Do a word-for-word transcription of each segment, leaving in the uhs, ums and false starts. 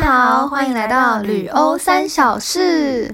好，欢迎来到旅欧三小事。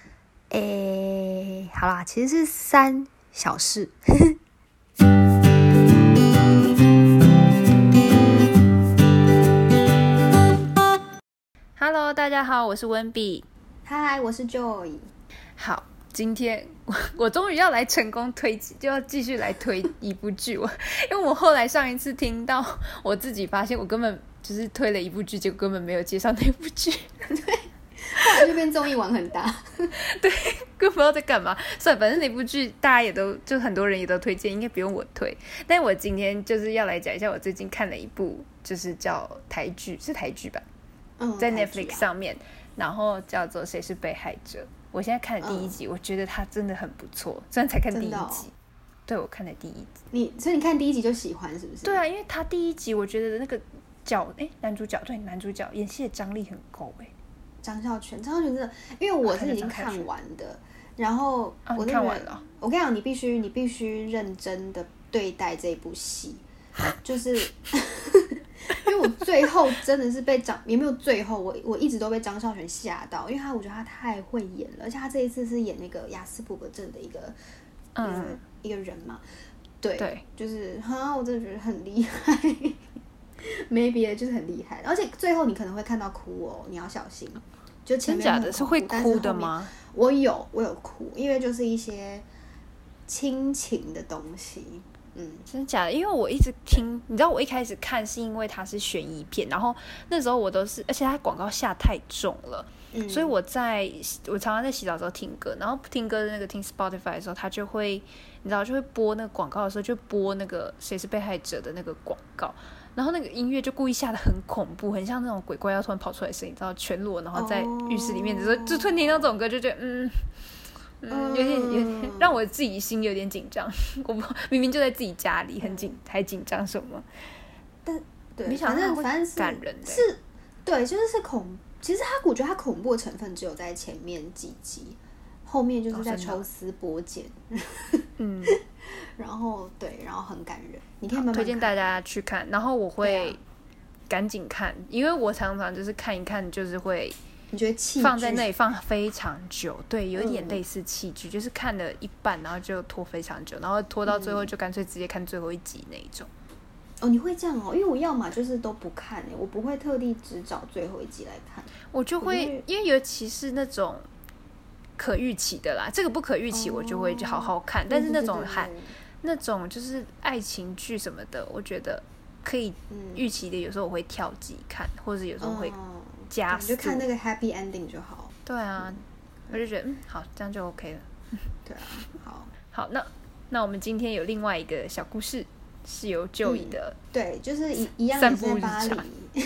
诶，好啦，其实是三小事。Hello， 大家好，我是温比。 嗨，我是 Joy。 好，今天我我终于要来成功推，就要继续来推一部剧。我因为我后来上一次听到，我自己发现我根本就是推了一部剧，结果根本没有介绍那部剧。 对，后来就变综艺玩很大。 对，根本不知道在干嘛。算了，反正那部剧大家也都就很多人也都推荐，应该不用我推。但我今天就是要来讲一下，我最近看了一部，就是叫台剧，是台剧吧？ 嗯， 在 Netflix 上面，然后叫做《谁是被害者》。我现在看了第一集， 嗯、 我觉得它真的很不错，虽然才看第一集。哦、对，我看了第一集。 你所以你看第一集就喜欢是不是？ 对啊，因为他第一集我觉得那个角，哎，男主角对男主角演戏的张力很够哎。 张孝全，张孝全真的，因为我是已经看完的，然后我、 啊、看完了。 我跟你讲，你必须你必须认真的对待这部戏，就是。因为我最后真的是被张，也没有最后，我我一直都被张孝全吓到，因为他我觉得他太会演了，而且他这一次是演那个亚斯伯格症的一个、嗯、一个一个人嘛，对，对就是哈，我真的觉得很厉害，没别的就是很厉害，而且最后你可能会看到哭哦，你要小心，就前面真假的是会哭的吗？ 我有我有哭，因为就是一些亲情的东西。嗯， 真的假的？因为我一直听，你知道我一开始看是因为它是悬疑片，然后那时候我都是，而且它广告下太重了，嗯、所以我在我常常在洗澡的时候听歌，然后听歌的那个听 Spotify 的时候，它就会你知道就会播那个广告的时候就播那个谁是被害者的那个广告，然后那个音乐就故意下得很恐怖，很像那种鬼怪要突然跑出来的声音，你知道全裸，然后在浴室里面的时候、哦、就突然听到这种歌，就觉得嗯。嗯，有点有点让我自己心有点紧张。我明明就在自己家里，很紧，还紧张什么？ 但对， 没想到会感人是，是，对，就是是恐。其实他，我觉得他恐怖的成分只有在前面几集，后面就是在抽丝剥茧。嗯，然后对，然后很感人。你可以慢慢推荐大家去看，然后我会赶紧看，因为我常常就是看一看，就是会。 你觉得戏剧放在那里放非常久，对，有一点类似戏剧、嗯，就是看了一半，然后就拖非常久，然后拖到最后就干脆直接看最后一集那一种。 哦，你会这样哦？因为我要嘛就是都不看哎，我不会特地只找最后一集来看。 我就会，就会因为尤其是那种可预期的啦，这个不可预期我就会好好看，哦、但是那种还那种就是爱情剧什么的，我觉得可以预期的，有时候我会跳级看，或者有时候会。嗯加你就看那个 happy ending 就好。 对啊，嗯、我就觉得嗯好，这样就 OK 了。 对啊，好， 好，那那我们今天有另外一个小故事，是由 Joey 的、 嗯，对，就是一一样也是在巴黎。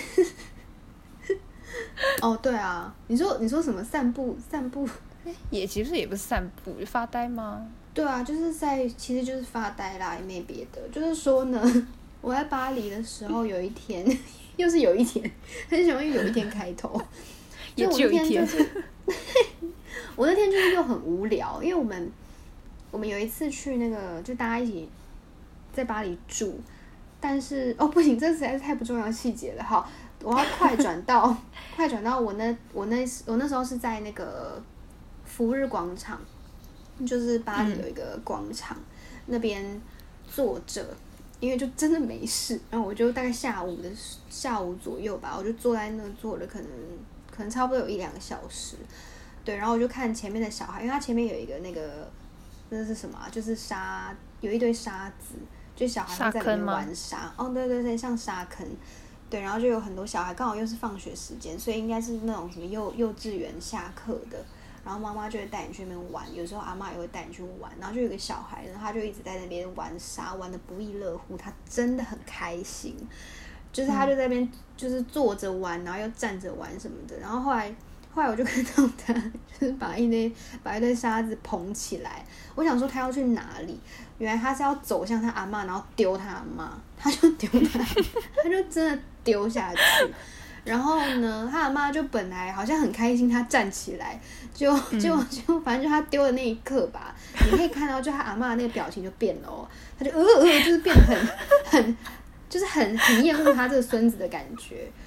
哦，对啊，你说你说什么散步散步？ 也其实也不是散步，发呆吗？ 对啊，就是在其实就是发呆啦，也没别的。就是说呢，我在巴黎的时候有一天。又是有一天，很喜欢用有一天开头， 也只有一天。 就是、我那天就是又很无聊，因为我们我们有一次去那个，就大家一起在巴黎住，但是哦不行，这实在是太不重要的细节了。好，我要快转到快转到我那我那我那时候是在那个福日广场，就是巴黎有一个广场、嗯、那边坐着。因为就真的没事，然后我就大概下午的下午左右吧，我就坐在那坐了可能可能差不多有一两个小时，对，然后我就看前面的小孩，因为他前面有一个那个那是什么、啊？就是沙，有一堆沙子，就小孩会在里面玩沙，哦，对对对，像沙坑，对，然后就有很多小孩，刚好又是放学时间，所以应该是那种什么幼幼稚园下课的。然后妈妈就会带你去那边玩，有时候阿嬷也会带你去玩。然后就有一个小孩呢，他就一直在那边玩沙，玩得不亦乐乎，他真的很开心。就是他就在那边就是坐着玩，然后又站着玩什么的。然后后来后来我就看到他就是把一堆把一堆沙子捧起来，我想说他要去哪里，原来他是要走向他阿嬷，然后丢他阿嬷，他就丢他，他就真的丢下去。然后呢，他阿嬷就本来好像很开心，他站起来，就就就反正就他丢的那一刻吧，你可以看到，就他阿嬷那个表情就变了哦，他就呃呃，就是变得很很，就是很很厌恶他这个孙子的感觉。对，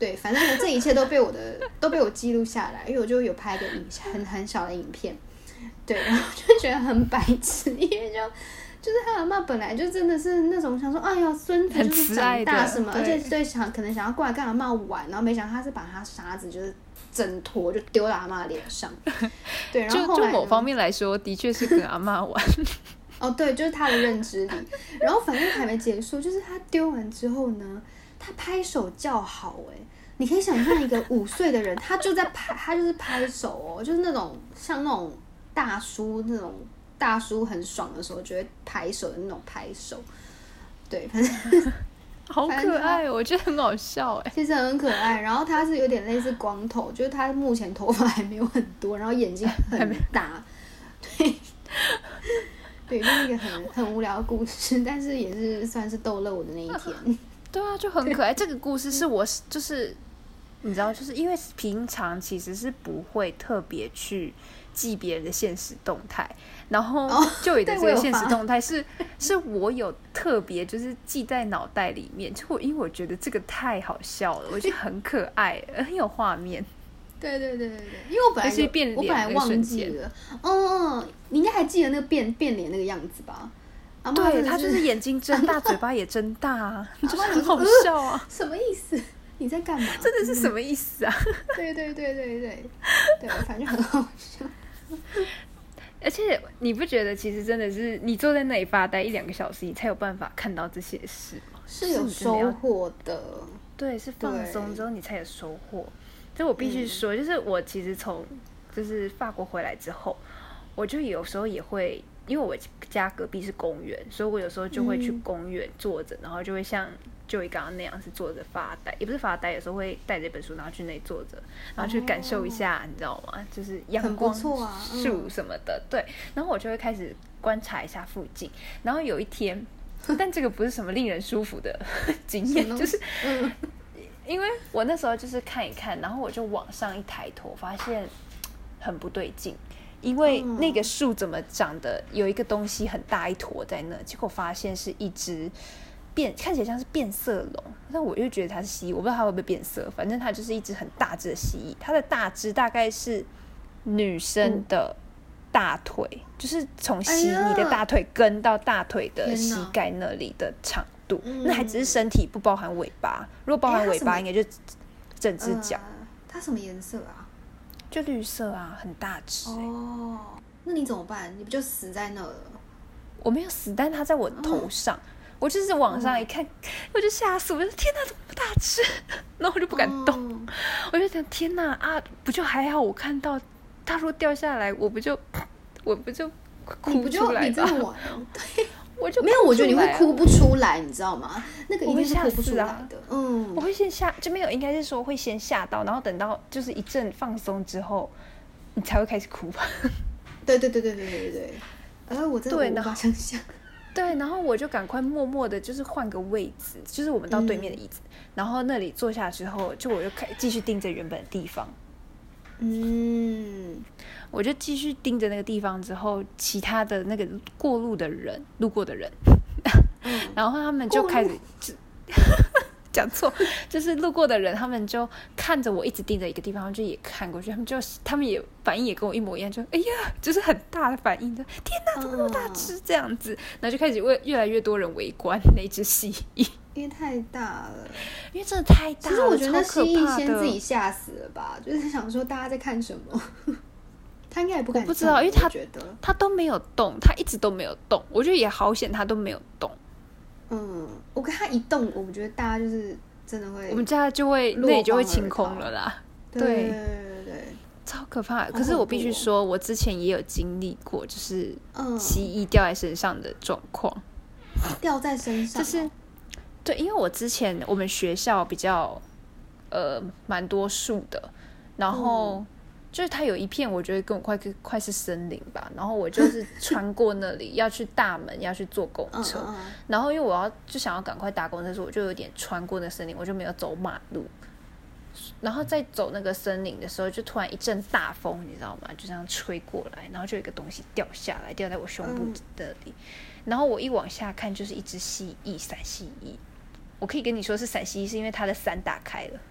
对，反正这一切都被我的都被我记录下来，因为我就有拍个影很很小的影片，对，然后就觉得很白痴，因为就就是他阿嬷本来就真的是那种想说，哎呀，孙子就是长大什么，而且对想可能想要过来跟阿嬷玩，然后没想到他是把他沙子就是整坨就丢到阿嬷脸上，对，然后后来就就某方面来说，的确是跟阿嬷玩。 哦，对，就是他的认知里，然后反正还没结束，就是他丢完之后呢，他拍手叫好，哎，你可以想象一个五岁的人，他就在拍，他就是拍手哦，就是那种像那种大叔那种大叔很爽的时候就会拍手的那种拍手，对，反正好可爱，我觉得很好笑哎， 其实很可爱。然后他是有点类似光头，就是他目前头发还没有很多，然后眼睛很大，对。对，就是一个很很无聊的故事，但是也是算是逗乐我的那一天。 对啊，就很可爱。这个故事是我就是你知道，就是因为平常其实是不会特别去记别人的现实动态，然后就有的这个现实动态是、哦、是我有特别就是记在脑袋里面，就我因为我觉得这个太好笑了，我觉得很可爱，很有画面。 对对对对对，因为我本来我本来忘记了，嗯嗯，你应该还记得那个变变脸那个样子吧？阿嬷对，他就是眼睛睁大，嘴巴也睁大啊，就是很好笑啊、 呃！什么意思？你在干嘛？ 真的是什么意思啊？ 对对对对对对，反正很好笑。 而且你不觉得其实真的是你坐在那里发呆一两个小时，你才有办法看到这些事吗？ 是有收获的， 对，是放松之后你才有收获。就我必须说、嗯，就是我其实从就是法国回来之后，我就有时候也会，因为我家隔壁是公园，所以我有时候就会去公园坐着、嗯，然后就会像Joey刚刚那样是坐着发呆，也不是发呆，有时候会带着一本书，然后去那里坐着，然后去感受一下，哦、你知道吗？就是阳光、树什么的、嗯，对。然后我就会开始观察一下附近，然后有一天，但这个不是什么令人舒服的经验，就是。嗯因为我那时候就是看一看，然后我就往上一抬头，发现很不对劲，因为那个树怎么长的，有一个东西很大一坨在那，结果发现是一只变看起来像是变色龙，但我又觉得它是蜥蜴，我不知道它会不会变色，反正它就是一只很大只的蜥蜴，它的大只大概是女生的大腿，嗯、就是从膝、哎、你的大腿根到大腿的膝盖那里的长。嗯、那还只是身体，不包含尾巴。如果包含尾巴，应该就整只脚、呃。 它什么颜色啊？ 就绿色啊，很大只、欸。 哦，那你怎么办？你不就死在那了？ 我没有死，但它在我头上。哦、我就是往上一看，哦、我就吓死我！我就天哪，怎么那么大只？然后我就不敢动。哦、我就想，天哪啊，不就还好？我看到它如果掉下来，我不就我不就哭出来吧？ 你这么晚对。 我就没有，我觉得你会哭不出来，你知道吗？那个一定是哭不出来的。 啊、嗯，我会先吓，就没有，应该是说会先吓到，然后等到就是一阵放松之后，你才会开始哭吧。 对对对对对对对。呃，我真的无法想象。 对，然后我就赶快默默的，就是换个位置，就是我们到对面的椅子，嗯、然后那里坐下之后，就我就开继续盯着原本的地方。嗯，我就继续盯着那个地方之后，其他的那个过路的人，路过的人，嗯、然后他们就开始讲错，就是路过的人，他们就看着我一直盯着一个地方，他们就也看过去，他们就他们也反应也跟我一模一样，就哎呀，就是很大的反应，就天哪，怎么那么大只这样子，然后就开始越越来越多人围观那只蜥蜴。 因为太大了， 因为真的太大了。 其实我觉得那蜥蜴先自己吓死了吧，就是想说大家在看什么，他应该也不敢。 我不知道，因为他觉得他都没有动，他一直都没有动。我觉得也好险，他都没有动。 嗯，我跟他一动，我们觉得大家就是真的会， 我们家就会那里就会清空了啦。 对对对对对， 超可怕。可是我必须说，我之前也有经历过，就是蜥蜴掉在身上的状况。 掉在身上， 就是。对，因为我之前我们学校比较呃蛮多树的，然后、嗯、就是它有一片我觉得跟我快快是森林吧，然后我就是穿过那里要去大门要去坐公车，嗯嗯、然后因为我要就想要赶快搭公车，所以我就有点穿过那森林，我就没有走马路，然后在走那个森林的时候，就突然一阵大风，你知道吗？就这样吹过来，然后就有一个东西掉下来，掉在我胸部这里，嗯、然后我一往下看，就是一只蜥蜴，闪蜥蜴。 我可以跟你说是陕西，是因为他的伞打开了。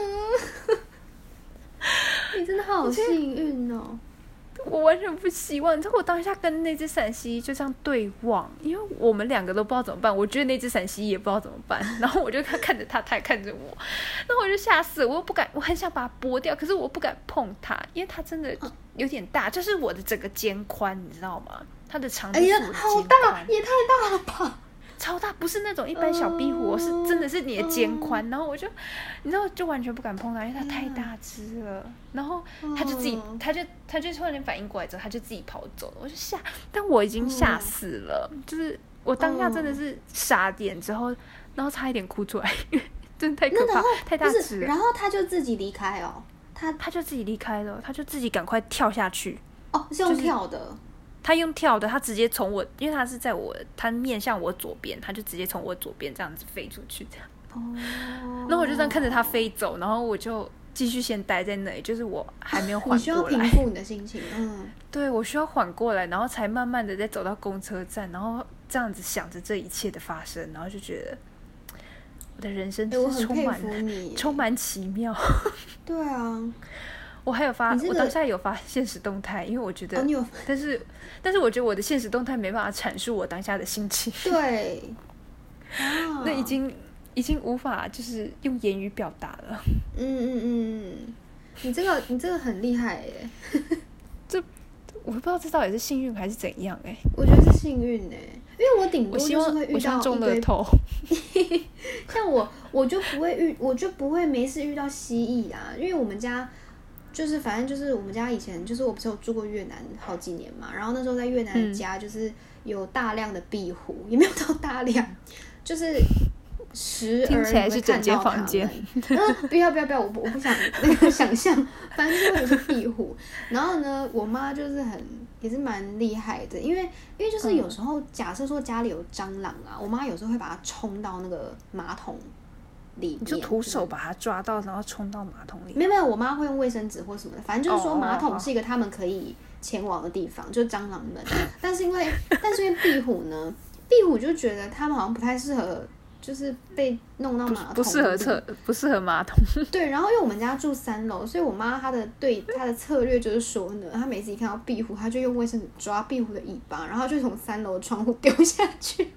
你真的好幸运哦！ 我完全不希望，你知道我当下跟那只陕西就这样对望，因为我们两个都不知道怎么办。我觉得那只陕西也不知道怎么办，然后我就看着他，他也看着我，然后我就吓死了，我又不敢，我很想把它拨掉，可是我不敢碰它，因为它真的有点大，就是我的整个肩宽，你知道吗？它的长度是我的肩宽， 哎呀，好大，也太大了吧！ 超大，不是那种一般小壁虎，是真的是你的肩宽，然后我就，你知道，就完全不敢碰它，因为它太大只了。然后它就自己，它就它就突然间反应过来之后，它就自己跑走了，我就吓，但我已经吓死了，就是我当下真的是傻点之后，然后差一点哭出来，真的太可怕，太大只了。 然后它就自己离开哦，它它就自己离开了，它就自己赶快跳下去。 哦，是用跳的。就是他用跳的，他直接从我，因为他是在我，他面向我左边，他就直接从我左边这样子飞出去，这样。哦。然后我就这样看着他飞走，然后我就继续先待在那里，就是我还没有缓过来。 你需要平复你的心情，嗯。 对，我需要缓过来，然后才慢慢的再走到公车站，然后这样子想着这一切的发生，然后就觉得我的人生是充满充满奇妙。 对啊。 我还有发，我当下有发现实动态，因为我觉得， 哦、 但是但是我觉得我的现实动态没办法阐述我当下的心情。 对， 啊、那已经已经无法就是用言语表达了。 嗯嗯嗯，你这个你这个很厉害耶。 这我不知道这到底是幸运还是怎样哎。 我觉得是幸运哎，因为我顶多就是会遇到中乐透。 像我我就不会遇，我就不会没事遇到蜥蜴啊，因为我们家。就是反正就是我们家以前就是我不是有住过越南好几年嘛，然后那时候在越南的家就是有大量的壁虎，也没有到大量，就是时而你会看到它们。嗯，不要不要不要，我不我不想那个想象，反正就是是壁虎。然后呢，我妈就是很也是蛮厉害的，因为因为就是有时候假设说家里有蟑螂啊，我妈有时候会把它冲到那个马桶。你就徒手把它抓到，然后冲到马桶里。 没有没有，我妈会用卫生纸或什么的，反正就是说马桶是一个他们可以前往的地方， oh, oh, oh. 就是蟑螂们。但是因为但是因为壁虎呢，壁虎就觉得他们好像不太适合，就是被弄到马桶， 不适合厕，不适合马桶。 对，然后因为我们家住三楼，所以我妈她的对她的策略就是说呢，她每次一看到壁虎，她就用卫生纸抓壁虎的尾巴，然后就从三楼的窗户丢下去。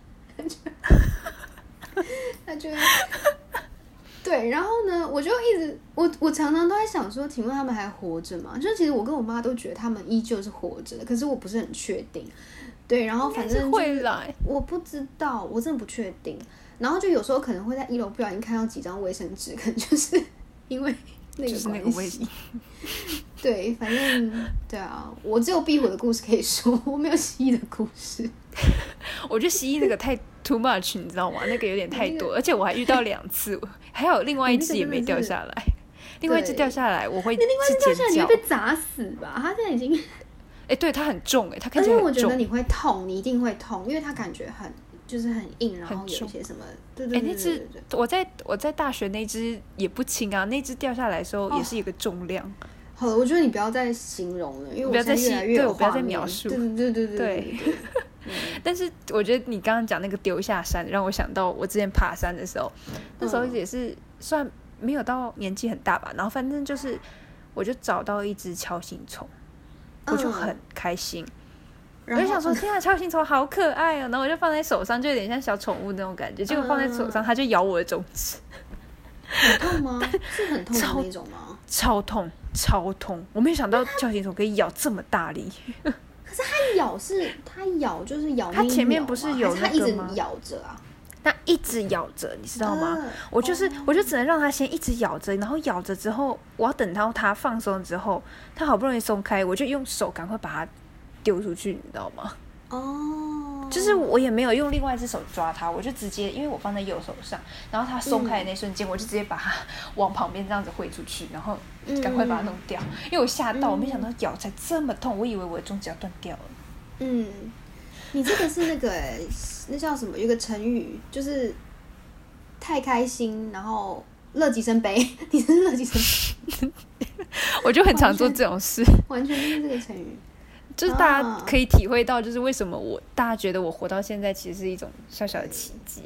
他就对，然后呢，我就一直我我常常都在想说，请问他们还活着吗？就其实我跟我妈都觉得他们依旧是活着的，可是我不是很确定。对，然后反正、就是、 会来， 我不知道，我真的不确定。然后就有时候可能会在一楼不小心看到几张卫生纸，可能就是因为那个关系。对，反正对啊，我只有壁虎的故事可以说，我没有蜥蜴的故事。 我觉得蜥蜴那个太 too much， 你知道吗？那个有点太多，而且我还遇到两次，还有另外一只也没掉下来。另外一只掉下来，我会那另外一只掉下来你会被砸死吧？它现在已经， 哎、欸，对，它很重哎、欸，它看起来很重。 而且我觉得你会痛，你一定会痛，因为它感觉很就是很硬，然后有一些什么，对对对对对对。 我在我在大学那只也不轻啊，那只掉下来的时候也是一个重量。 哦好了，我觉得你不要再形容了，因为我现在越来越有画面， 对，我不要再描述。 对对对对对。对嗯、但是我觉得你刚刚讲那个丢下山，让我想到我之前爬山的时候，那时候也是算没有到年纪很大吧，然后反正就是我就找到一只锹形虫，我就很开心。嗯、我就想说，天啊，锹形虫好可爱哦！然后我就放在手上，就有点像小宠物那种感觉。结果放在手上，它就咬我的中指。 很痛吗？是很痛的那种吗？ 超痛，超痛！我没有想到锹形虫可以咬这么大力。 可是它咬是，它咬就是咬， 它前面不是有那个吗？ 它一直咬着啊， 它一直咬着，你知道吗？呃、我就是，哦、我就只能让它先一直咬着，然后咬着之后，我要等到它放松之后，它好不容易松开，我就用手赶快把它丢出去，你知道吗？哦，就是我也没有用另外一只手抓它，我就直接因为我放在右手上，然后它松开的那瞬间，嗯、我就直接把它往旁边这样子挥出去，然后赶快把它弄掉。嗯、因为我吓到，嗯、我没想到咬才这么痛，我以为我的中指要断掉了。 嗯，你这个是那个哎、欸，那叫什么？有个成语就是太开心，然后乐极生悲。你是乐极生悲， 我就很常做这种事， 完全就是这个成语。 就是大家可以体会到，就是为什么我大家觉得我活到现在其实是一种小小的奇迹。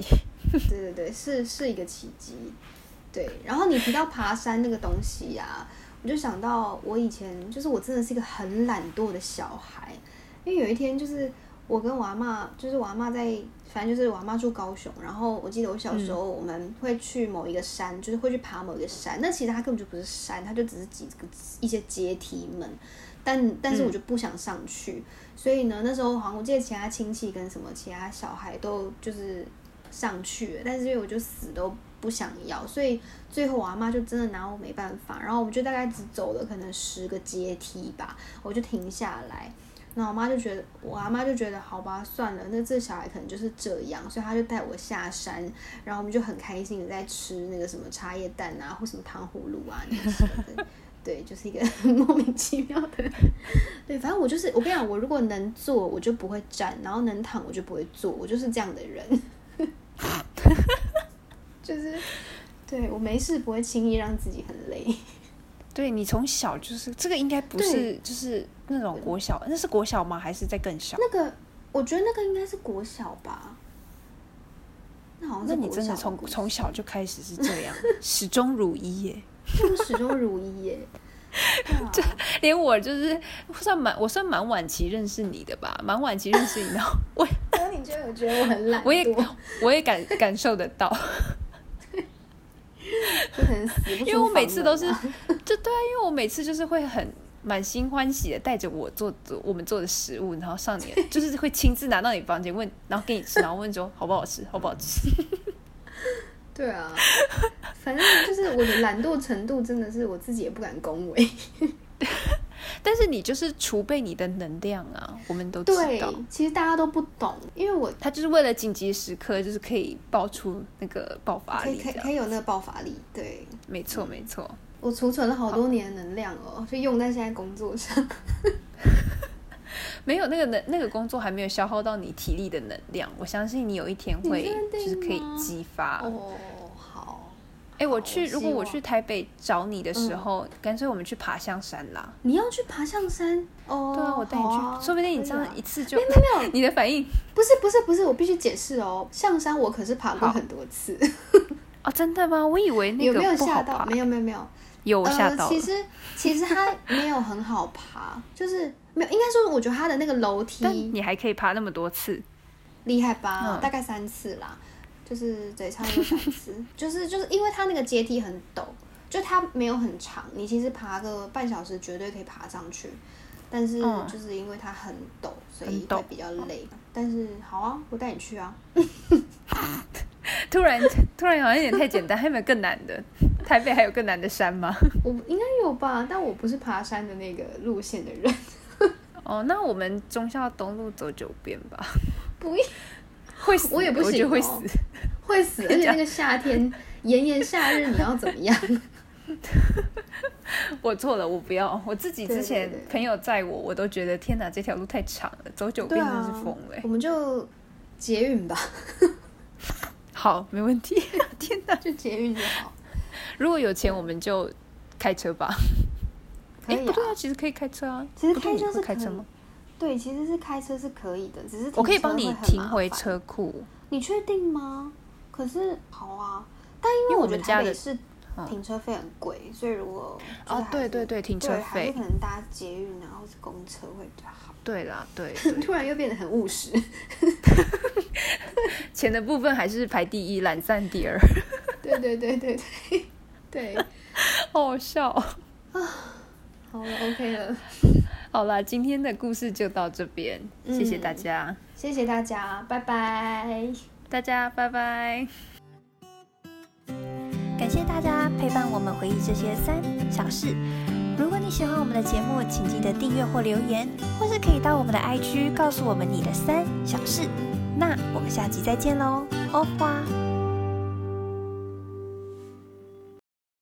对对对，是是一个奇迹。对，然后你提到爬山那个东西啊，我就想到我以前就是我真的是一个很懒惰的小孩，因为有一天就是我跟我阿嬷，就是我阿嬷在，反正就是我阿嬷住高雄，然后我记得我小时候我们会去某一个山，嗯、就是会去爬某一个山，那其实它根本就不是山，它就只是几个一些阶梯们，但但是我就不想上去，嗯、所以呢那时候好像我记得其他亲戚跟什么其他小孩都就是上去了，但是因为我就死都不想要，所以最后我阿嬷就真的拿我没办法，然后我们就大概只走了可能十个阶梯吧，我就停下来。然后我妈就觉得，我阿妈就觉得好吧，算了，那这小孩可能就是这样，所以她就带我下山，然后我们就很开心的在吃那个什么茶叶蛋啊，或什么糖葫芦啊那些的，对，就是一个莫名其妙的，对，反正我就是我跟你讲，我如果能坐我就不会站，然后能躺我就不会坐，我就是这样的人，就是对我没事不会轻易让自己很累。 对，你从小就是这个应该不是就是那种国小，那是国小吗？还是在更小？ 那个我觉得那个应该是国小吧。那好像是国小的故事。 那你真的从从小就开始是这样，始终如一耶。 我始终如一耶。 就连我就是算蛮我算蛮晚期认识你的吧，蛮晚期认识你，然后我， 然后你觉得我觉得我很懒惰， 我也我也感感受得到。 就很死不出房门啊， 因为我每次都是，就对啊，因为我每次就是会很满心欢喜的带着我做我们做的食物，然后上你，就是会亲自拿到你房间问，然后给你吃，然后问说好不好吃，好不好吃。 对啊，反正就是我的懒惰程度真的是我自己也不敢恭维。 但是你就是储备你的能量啊，我们都知道。 对，其实大家都不懂，因为我他就是为了紧急时刻，就是可以爆出那个爆发力， 可以可以有那个爆发力。对， 没错没错。 我储存了好多年的能量哦，就用在现在工作上。 没有那个能那个工作还没有消耗到你体力的能量，我相信你有一天会就是可以激发。 哦，好。 哎、欸，我去，如果我去台北找你的时候，干脆、嗯、我们去爬象山啦。 你要去爬象山？哦， 对啊，我带你去，啊、说不定你这样一次就…… 没有没有， 你的反应不是不是不是，我必须解释哦，象山我可是爬过很多次。 哦，真的吗？我以为那个不好爬。有没有吓到？没有没有没有， 有吓到、 呃。其实其实它没有很好爬，就是没有，应该说我觉得它的那个楼梯， 但你还可以爬那么多次， 厉害吧？ 嗯、 大概三次啦。就是对，差不多三次，就是就是因为它那个阶梯很陡，就它没有很长，你其实爬个半小时绝对可以爬上去，但是就是因为它很陡，所以会比较累。但是好啊，我带你去啊！ 突然突然好像有点太简单，还有没有更难的？台北还有更难的山吗？ 我应该有吧，但我不是爬山的那个路线的人。 哦，那我们忠孝东路走九遍吧。 不要。 会死， 我也不行、哦， 我觉得会死， 会死，而且那个夏天炎炎夏日，你要怎么样？ 我错了，我不要。我自己之前朋友载我，我都觉得天哪，这条路太长了，走九遍真是疯了、欸啊。 我们就捷运吧。 好，没问题。天哪， 就捷运就好。 如果有钱，我们就开车吧。 可以啊， 欸、不对啊，其实可以开车啊。 其实开车是开车吗？ 对，其实是开车是可以的，只是我可以帮你停回车库。 你确定吗？可是好啊，但因为我觉得台北市停车费很贵，嗯、所以如果哦对对对，停车费还是可能搭捷运啊，或是公车会比较好。 对啦，对。 突然又变得很务实。 钱的部分还是排第一，懒散第二。 对对对对对对， 好好笑啊！ 好了 ，OK 了。 好啦，今天的故事就到这边，嗯、谢谢大家， 谢谢大家，拜拜， 大家拜拜。 感谢大家陪伴我们回忆这些三小事。如果你喜欢我们的节目，请记得订阅或留言，或是可以到我们的 I G 告诉我们你的三小事。那我们下集再见喽，欧花。